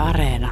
Areena.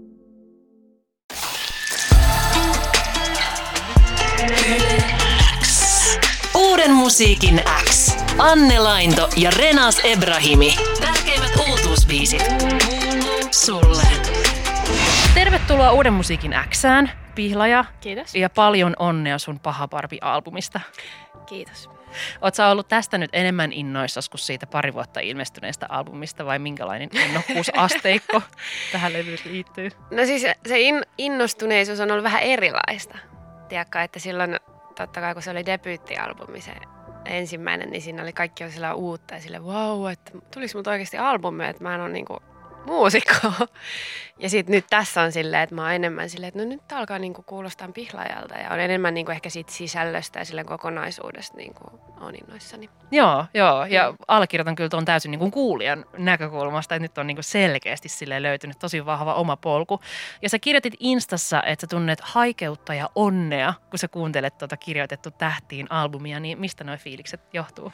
Uuden musiikin X. Anne Lainto ja Renas Ebrahimi. Tärkeimmät uutuusbiisit. Sulle. Tervetuloa Uuden musiikin Xään, Pihlaja. Kiitos. Ja paljon onnea sun Paha Barbi-albumista. Kiitos. Oot sä ollut tästä nyt enemmän innoissasi kuin siitä pari vuotta ilmestyneestä albumista vai minkälainen innokkuusasteikko tähän levyyn liittyy? No siis se innostuneisuus on ollut vähän erilaista. Tiedätkö, että silloin totta kai kun se oli debyyttialbumi se ensimmäinen, niin siinä oli kaikki on sillä uutta ja sille wow, että tuliko mut oikeasti albumi, että mä en ole niinku muusikko. Ja sitten nyt tässä on silleen, että mä oon enemmän silleen, että no nyt alkaa niinku kuulostaa Pihlajalta ja on enemmän niinku ehkä siitä sisällöstä ja silleen kokonaisuudesta niinku on innoissani. Joo, ja allekirjoitan kyllä tuon täysin niin kuin kuulijan näkökulmasta, että nyt on niin kuin selkeästi silleen löytynyt tosi vahva oma polku. Ja sä kirjoitit Instassa, että sä tunnet haikeutta ja onnea, kun sä kuuntelet tuota Kirjoitettu tähtiin -albumia, niin mistä nuo fiilikset johtuu?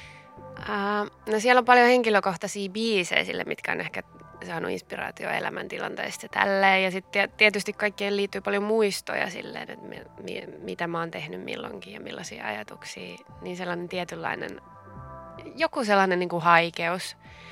No siellä on paljon henkilökohtaisia biisejä sille, mitkä on ehkä saanut inspiraatio elämäntilanteista ja tälleen. Ja sitten tietysti kaikkeen liittyy paljon muistoja silleen, että mitä mä oon tehnyt milloinkin ja millaisia ajatuksia. Niin sellainen tietynlainen, joku sellainen niin kuin haikeus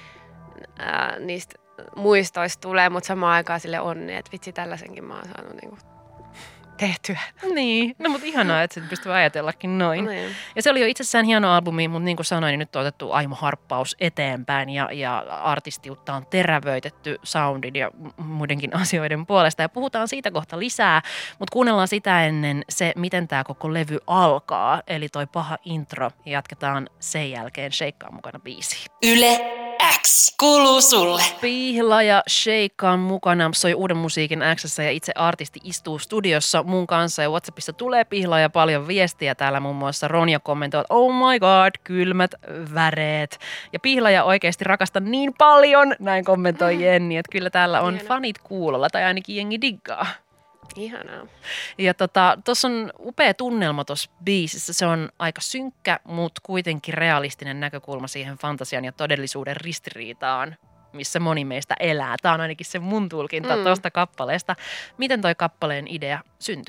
niistä muistoista tulee, mutta samaan aikaan sille onnea, että vitsi tällaisenkin mä oon saanut niin kuin tehtyä. Niin, no mutta ihanaa, että se pystyy ajatellakin noin. No, ja. Ja se oli jo itsessään hieno albumi, mutta niin kuin sanoin, niin nyt on otettu aimo harppaus eteenpäin ja artistiutta on terävöitetty soundin ja muidenkin asioiden puolesta. Ja puhutaan siitä kohta lisää, mutta kuunnellaan sitä ennen se, miten tämä koko levy alkaa. Eli toi paha intro ja jatketaan sen jälkeen Sheikkaan mukana biisiin. Yle X kuuluu sulle. Pihlaja Sheikkaan mukana soi Uuden musiikin X:ssä ja itse artisti istuu studiossa mun kanssa ja WhatsAppissa tulee Pihlaja paljon viestiä. Täällä muun muassa Ronja kommentoi, että oh my god, kylmät väreet. Ja Pihlaja oikeasti rakastan niin paljon, näin kommentoi Jenni, että kyllä täällä on fanit kuulolla tai ainakin jengi diggaa. Ihanaa. Ja tuossa on upea tunnelma tuossa biisissä. Se on aika synkkä, mutta kuitenkin realistinen näkökulma siihen fantasian ja todellisuuden ristiriitaan, missä moni meistä elää. Tämä on ainakin se mun tulkinta tuosta kappaleesta. Miten toi kappaleen idea syntyy?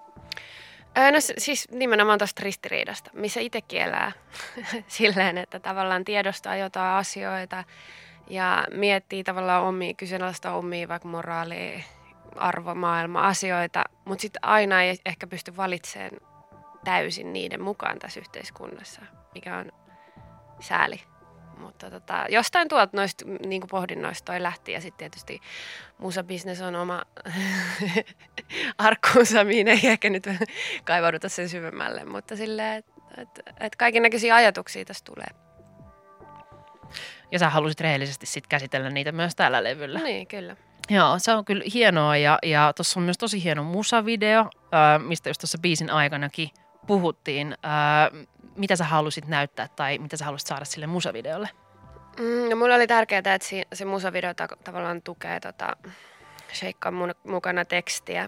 No siis nimenomaan tuosta ristiriidasta, missä itsekin elää silleen, että tavallaan tiedostaa jotain asioita ja miettii tavallaan kyseenalaistaa omia vaikka moraalia, arvomaailma-asioita, mutta sitten aina ei ehkä pysty valitsemaan täysin niiden mukaan tässä yhteiskunnassa, mikä on sääli. Mutta jostain tuolta noista niin pohdinnoista toi lähti ja sitten tietysti musabisnes on oma arkkuunsa, mihin ei ehkä nyt kaivauduta sen syvemmälle, mutta silleen, että kaikennäköisiä ajatuksia tästä tulee. Ja sä halusit rehellisesti sitten käsitellä niitä myös tällä levyllä. Niin, kyllä. Joo, se on kyllä hienoa ja tuossa on myös tosi hieno musavideo, mistä just tuossa biisin aikanakin puhuttiin. Mitä sä halusit näyttää tai mitä sä halusit saada sille musavideolle? No mulle oli tärkeää, että se musavideo tavallaan tukee Sheikkaan mukana tekstiä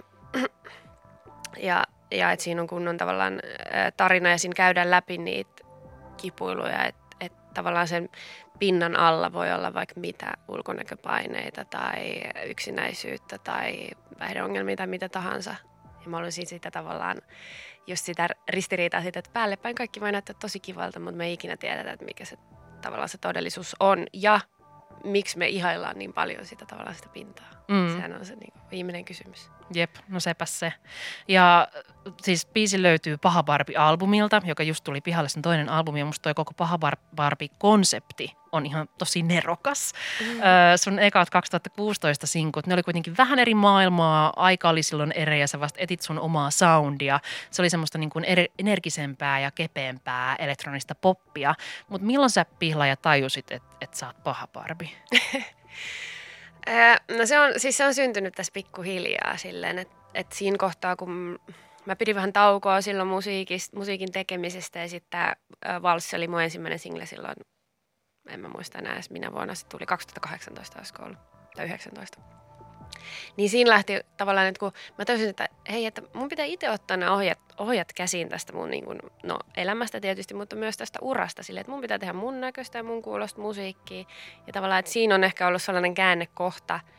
ja että siinä on kunnon tavallaan tarina ja siinä käydään läpi niitä kipuiluja, että tavallaan sen pinnan alla voi olla vaikka mitä ulkonäköpaineita tai yksinäisyyttä tai päihdeongelmia tai mitä tahansa. Ja mä olisin sitä tavallaan just sitä ristiriitaa siitä, että päällepäin kaikki voi näyttää tosi kivalta, mutta me ei ikinä tiedetä, että mikä se tavallaan se todellisuus on ja miksi me ihaillaan niin paljon sitä tavallaan sitä pintaa. Sehän on se niin kuin viimeinen kysymys. Jep, no sepä se. Ja siis biisi löytyy Paha Barbie-albumilta, joka just tuli pihalle sen toinen albumi, ja musta toi koko Paha Barbie-konsepti on ihan tosi nerokas. Sun ekat 2016 sinkut, ne oli kuitenkin vähän eri maailmaa, aika oli silloin eri ja sä vasta etit sun omaa soundia. Se oli semmoista niin kuin energisempää ja kepeämpää elektronista poppia. Mutta milloin sä Pihlaja tajusit, että sä oot Paha Barbie? No se on syntynyt tässä pikkuhiljaa silleen, että siinä kohtaa, kun mä pidin vähän taukoa silloin musiikin tekemisestä ja sitten tämä Valssi oli mun ensimmäinen single silloin, en mä muista enää edes minä vuonna, se tuli 2018 olisiko ollut, tai 19. Niin siinä lähti tavallaan, että kun mä tajusin, että hei, että mun pitää itse ottaa ne ohjat käsiin tästä mun niin kuin, elämästä tietysti, mutta myös tästä urasta silleen, että mun pitää tehdä mun näköistä ja mun kuulosta musiikkia. Ja tavallaan, että siinä on ehkä ollut sellainen käännekohta,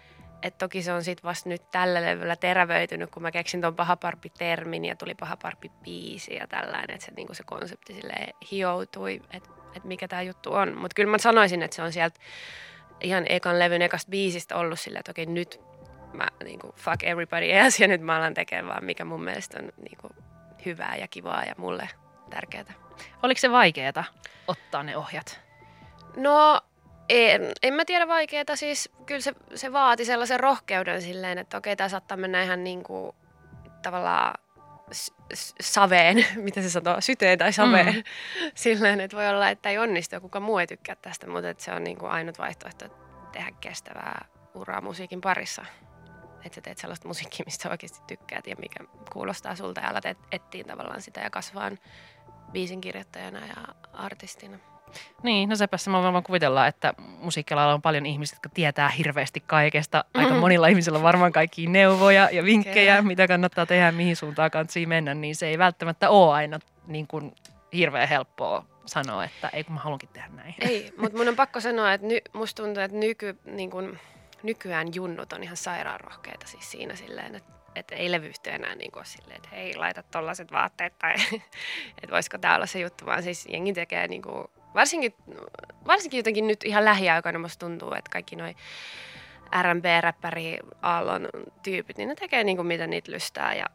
toki se on sitten vasta nyt tällä levyllä terävöitynyt, kun mä keksin ton pahaparpi-termin ja tuli pahaparpi-biisi ja tällainen, että se, niin se konsepti silleen hioutui, että mikä tämä juttu on. Mutta kyllä mä sanoisin, että se on sieltä ihan ekan levyn ekasta biisistä ollut silleen, että okei, nyt mä niin kuin fuck everybody else ja nyt mä alan tekemään vaan mikä mun mielestä on niin kuin hyvää ja kivaa ja mulle tärkeää. Oliko se vaikeaa ottaa ne ohjat? No en mä tiedä vaikeeta, siis kyllä se vaati sellaisen rohkeuden silleen, että okei, tää saattaa mennä ihan niin kuin tavallaan saveen, mitä se sanoo, syteen tai saveen. Silleen, että voi olla, että ei onnistu ja kukaan muu ei tykkää tästä, mutta että se on niin kuin ainut vaihtoehto tehdä kestävää uraa musiikin parissa. Että sä teet sellaista musiikkia, mistä sä oikeasti tykkäät ja mikä kuulostaa sulta ja alat etsiä tavallaan sitä ja kasvaan biisinkirjoittajana ja artistina. Niin, no sepä mä voin kuvitella, että musiikkialalla on paljon ihmisiä, jotka tietää hirveästi kaikesta. Aika monilla ihmisillä on varmaan kaikkia neuvoja ja vinkkejä, mitä kannattaa tehdä, mihin suuntaan kantsii mennä, niin se ei välttämättä ole aina niin kuin hirveän helppoa sanoa, että ei kun mä haluankin tehdä näin. Ei, mutta mun on pakko sanoa, että musta tuntuu, että nykyään junnut on ihan sairaan rohkeita siis siinä silleen, että ei levyyhtiö enää niin kuin silleen, että hei, laita tollaiset vaatteet tai että voisiko tää olla se juttu, vaan siis jengi tekee niin kuin, varsinkin jotenkin nyt ihan lähiaikoina musta tuntuu, että kaikki noi R&B-räppäri Aallon tyypit, niin ne tekee niin kuin mitä niitä lystää ja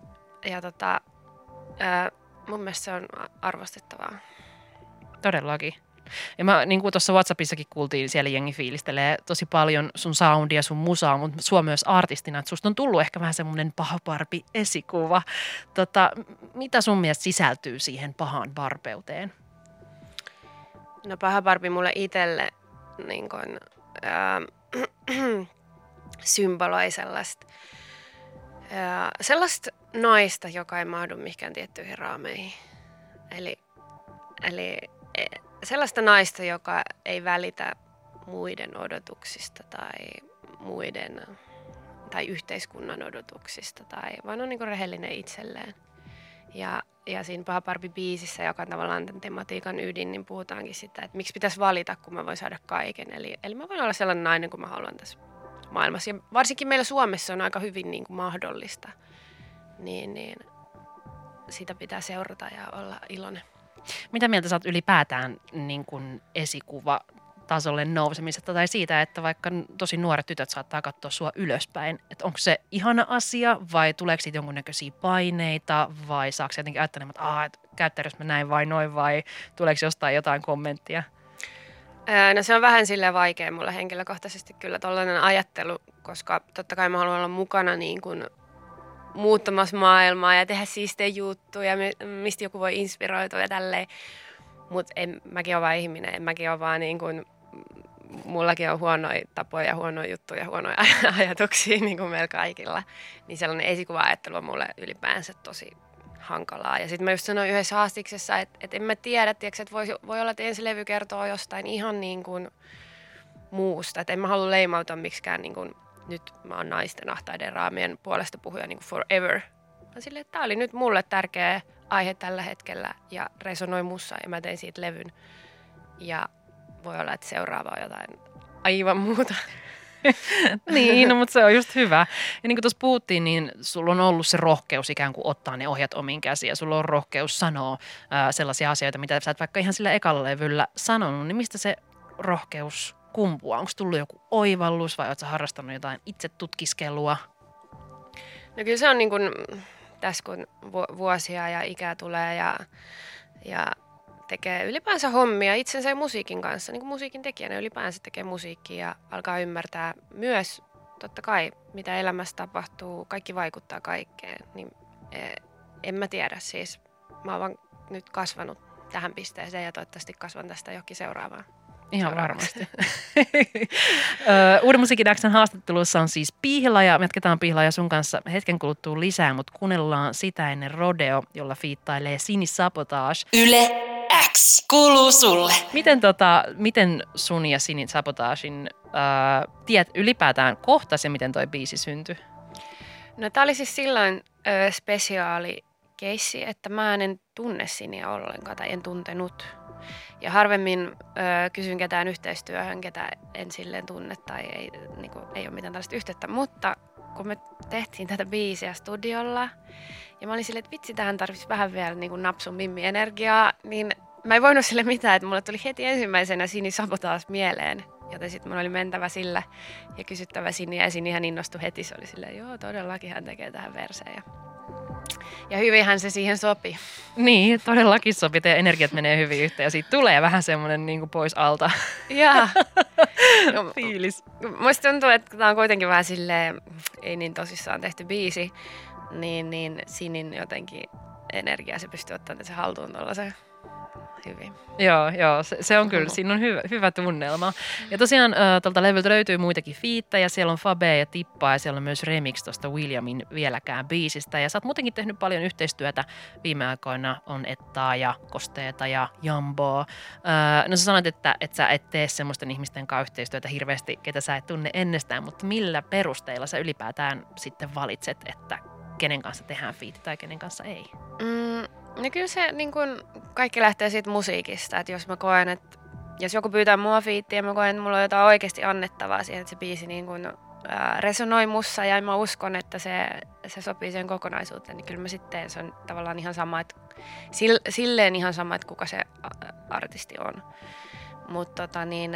mun mielestä se on arvostettavaa. Todellakin. Ja mä, niin kuin tuossa WhatsAppissakin kuultiin, siellä jengi fiilistelee tosi paljon sun soundia, sun musaa, mutta sua myös artistina, että susta on tullut ehkä vähän semmoinen pahaparpi esikuva. Mitä sun mielestä sisältyy siihen pahaan varpeuteen? No pahaparpi mulle itselle niin kun, symboloi sellaista naista, joka ei mahdu mihinkään tiettyihin raameihin. Eli sellaista naista, joka ei välitä muiden odotuksista tai yhteiskunnan odotuksista, vaan on niin kuin rehellinen itselleen. Ja siinä Pahaparpi-biisissä, joka on tavallaan tämän tematiikan ydin, niin puhutaankin sitä, että miksi pitäisi valita, kun mä voin saada kaiken. Eli mä voin olla sellainen nainen, kun mä haluan tässä maailmassa. Ja varsinkin meillä Suomessa on aika hyvin niin kuin mahdollista. Niin sitä pitää seurata ja olla iloinen. Mitä mieltä sä oot ylipäätään niin kuin esikuva tasolle nousemisesta tai siitä, että vaikka tosi nuoret tytöt saattaa katsoa sua ylöspäin, että onko se ihana asia vai tuleeko siitä jonkunnäköisiä paineita vai saako se jotenkin ajattelemaan, että käyttäydys mä näin vai noin vai tuleeko jostain jotain kommenttia? No se on vähän silleen vaikea mulle henkilökohtaisesti kyllä tollainen ajattelu, koska totta kai mä haluan olla mukana niin kuin muuttamassa maailmaa ja tehdä siistejä juttuja, mistä joku voi inspiroitua ja tälleen. Mutta mäkin ole vaan ihminen, mäkin ole vaan niin kuin, mullakin on huonoja tapoja, huonoja juttuja, huonoja ajatuksia niin kuin meillä kaikilla. Niin sellainen esikuva-ajattelu on mulle ylipäänsä tosi hankalaa. Ja sitten mä just sanoin yhdessä haastiksessa, että en mä tiedä, tiiäks, että voi olla, että ensi levy kertoo jostain ihan niin kuin muusta. Että en mä halua leimautua miksikään niin kuin, nyt mä oon naisten ahtaiden raamien puolesta puhuja niin kuin forever. Mä silleen, että tää oli nyt mulle tärkeä aihe tällä hetkellä ja resonoi mussa ja mä tein siitä levyn. Ja voi olla, että seuraava on jotain aivan muuta. Niin, no, mutta se on just hyvä. Ja niin kuin tuossa puhuttiin, niin sulla on ollut se rohkeus ikään kuin ottaa ne ohjat omiin käsiin ja sulla on rohkeus sanoa sellaisia asioita, mitä sä et vaikka ihan sillä ekalla levyllä sanonut. Niin mistä se rohkeus kumpuaa? Onko tullut joku oivallus vai ootko sä harrastanut jotain itsetutkiskelua? No kyllä se on niin kuin tässä kun vuosia ja ikää tulee ja tekee ylipäänsä hommia itsensä ja musiikin kanssa, niin kuin musiikin tekijänä ylipäänsä tekee musiikkia ja alkaa ymmärtää myös totta kai, mitä elämässä tapahtuu, kaikki vaikuttaa kaikkeen, niin en mä tiedä siis. Mä oon vaan nyt kasvanut tähän pisteeseen ja toivottavasti kasvan tästä johonkin seuraavaan. Ihan varmasti. Uuden musiikin X:n haastattelussa on siis Pihlaja. Me jatketaan Pihlaja sun kanssa hetken kuluttua lisää, mutta kuunnellaan sitä ennen Rodeo, jolla fiittailee Sini Sabotage. Yle X kuuluu sulle. Miten sun ja Sini Sabotagen tiedät ylipäätään kohtas ja miten toi biisi syntyi? No tää oli siis silloin spesiaali keissi, että mä en tunne Siniä ollenkaan tai en tuntenut. Ja harvemmin kysyn ketään yhteistyöhön, ketä en silleen tunne tai ei ole mitään tällaista yhteyttä. Mutta kun me tehtiin tätä biisiä studiolla ja mä olin silleen, että vitsi, tähän tarvitsisi vähän vielä niin kuin napsun mimmi-energiaa, niin mä en voinut sille mitään, että mulle tuli heti ensimmäisenä Sini Sabotaas mieleen. Joten sitten mun oli mentävä sillä ja kysyttävä Siniä ja Sinihän innostui heti. Se oli silleen, joo todellakin hän tekee tähän verseen. Ja hyvinhän se siihen sopi. Niin, todellakin sopi. Teidän energiat menee hyvin yhteen ja siitä tulee vähän semmoinen niin kuin pois alta fiilis. Musta tuntuu, että tämä on kuitenkin vähän silleen, ei niin tosissaan tehty biisi, niin Sinin jotenkin energiaa se pystyy ottamaan se haltuun tuollaisen hyvin. Joo, se on kyllä, siinä on hyvä tunnelma. Ja tosiaan tuolta levyltä löytyy muitakin fiittejä, siellä on Fabe ja Tippa ja siellä on myös remix tuosta Williamin Vieläkään biisistä. Ja sä oot muutenkin tehnyt paljon yhteistyötä viime aikoina, on Ettaa ja Kosteeta ja Jamboa. No sä sanoit, että sä et tee semmoisten ihmisten kanssa yhteistyötä hirveästi, ketä sä et tunne ennestään, mutta millä perusteilla sä ylipäätään sitten valitset, että kenen kanssa tehdään fiitti tai kenen kanssa ei? No kyllä se niin kun, kaikki lähtee siitä musiikista, että jos mä koen, että jos joku pyytää mua fiittiä ja mä koen, että mulla on jotain oikeasti annettavaa siihen, että se biisi niin kun, resonoi mussa ja mä uskon, että se sopii siihen kokonaisuuteen, niin kyllä mä sitten se on tavallaan ihan sama, että silleen ihan sama, että kuka se artisti on. Mutta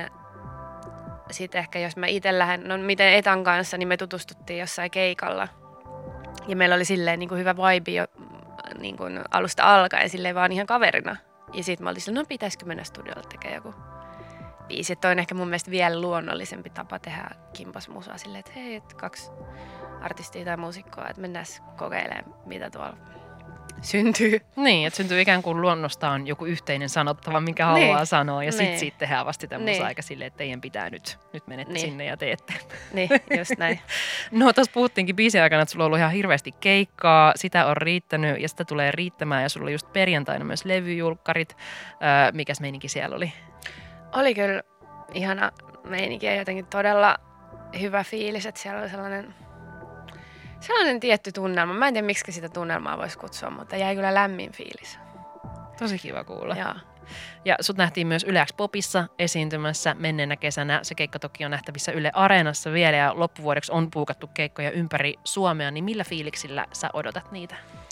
sitten ehkä jos mä itse lähden, no miten Etan kanssa, niin me tutustuttiin jossain keikalla ja meillä oli silleen niin kuin hyvä vibe jo niin kuin alusta alkaen, silleen vaan ihan kaverina. Ja sitten mä olin silleen, no pitäisikö mennä studiolle tekemään joku biisi. Toi on ehkä mun mielestä vielä luonnollisempi tapa tehdä kimpasmusaa silleen, että hei, että 2 artistia tai muusikkoa, että mennään kokeilemaan, mitä tuolla syntyy. Niin, että syntyy ikään kuin luonnostaan joku yhteinen sanottava, minkä haluaa sanoa. Ja sitten siitä tehdään vasta tämmöistä aika silleen, että teidän pitää nyt menette sinne ja teette. Niin, just näin. No tuossa puhuttiinkin biisin aikana, että sulla on ollut ihan hirveästi keikkaa. Sitä on riittänyt ja sitä tulee riittämään. Ja sulla oli just perjantaina myös levyjulkkarit. Mikäs meininki siellä oli? Oli kyllä ihana meininki ja jotenkin todella hyvä fiilis, että siellä oli sellainen tietty tunnelma. Mä en tiedä, miksi sitä tunnelmaa voisi kutsua, mutta jäi kyllä lämmin fiilis. Tosi kiva kuulla. Joo. Ja sut nähtiin myös Yle X Popissa esiintymässä menneenä kesänä. Se keikka toki on nähtävissä Yle Areenassa vielä ja loppuvuodeksi on puukattu keikkoja ympäri Suomea. Niin millä fiiliksillä sä odotat niitä?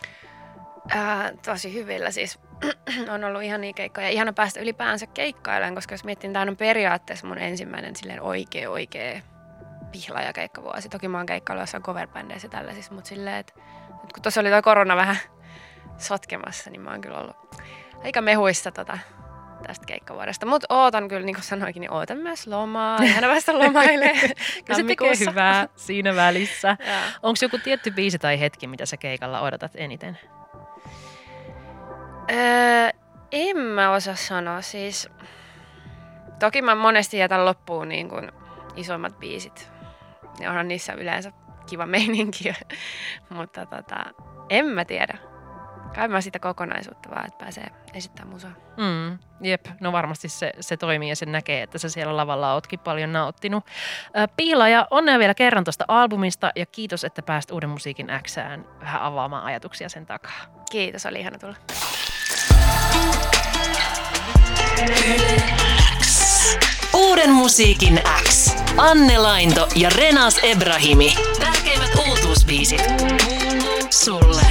Tosi hyvillä siis. On ollut ihania keikkoja. Ihana päästä ylipäänsä keikkailemaan, koska jos miettii, tämä on periaatteessa mun ensimmäinen silleen oikea pihlaajakeikkavuosi. Toki mä oon keikkaillut jossain coverbändeissä ja tällaisissa, mutta silleen, että nyt kun tuossa oli toi korona vähän sotkemassa, niin mä oon kyllä ollut aika mehuissa tästä keikkavuodesta. Mutta ootan kyllä, niin kuin sanoinkin, niin ootan myös lomaa. Ihana päästä lomailemaan. Kyllä se tekee hyvää siinä välissä. Onko joku tietty biisi tai hetki, mitä sä keikalla odotat eniten? En mä osaa sanoa. Siis, toki mä monesti jätän loppuun niin kuin isommat biisit. Ja onhan niissä yleensä kiva meininki. Mutta en mä tiedä. Kai mä sitä kokonaisuutta vaan, että pääsee esittämään musaa. Jep, no varmasti se toimii ja se näkee, että sä siellä lavalla ootkin paljon nauttinut. Piilaaja, onnea vielä kerran tuosta albumista ja kiitos, että pääsit Uuden musiikin X:ään vähän avaamaan ajatuksia sen takaa. Kiitos, oli ihana tulla. Uuden musiikin X. Anne Lainto ja Renas Ebrahimi. Tärkeimmät uutuusbiisit. Sulle.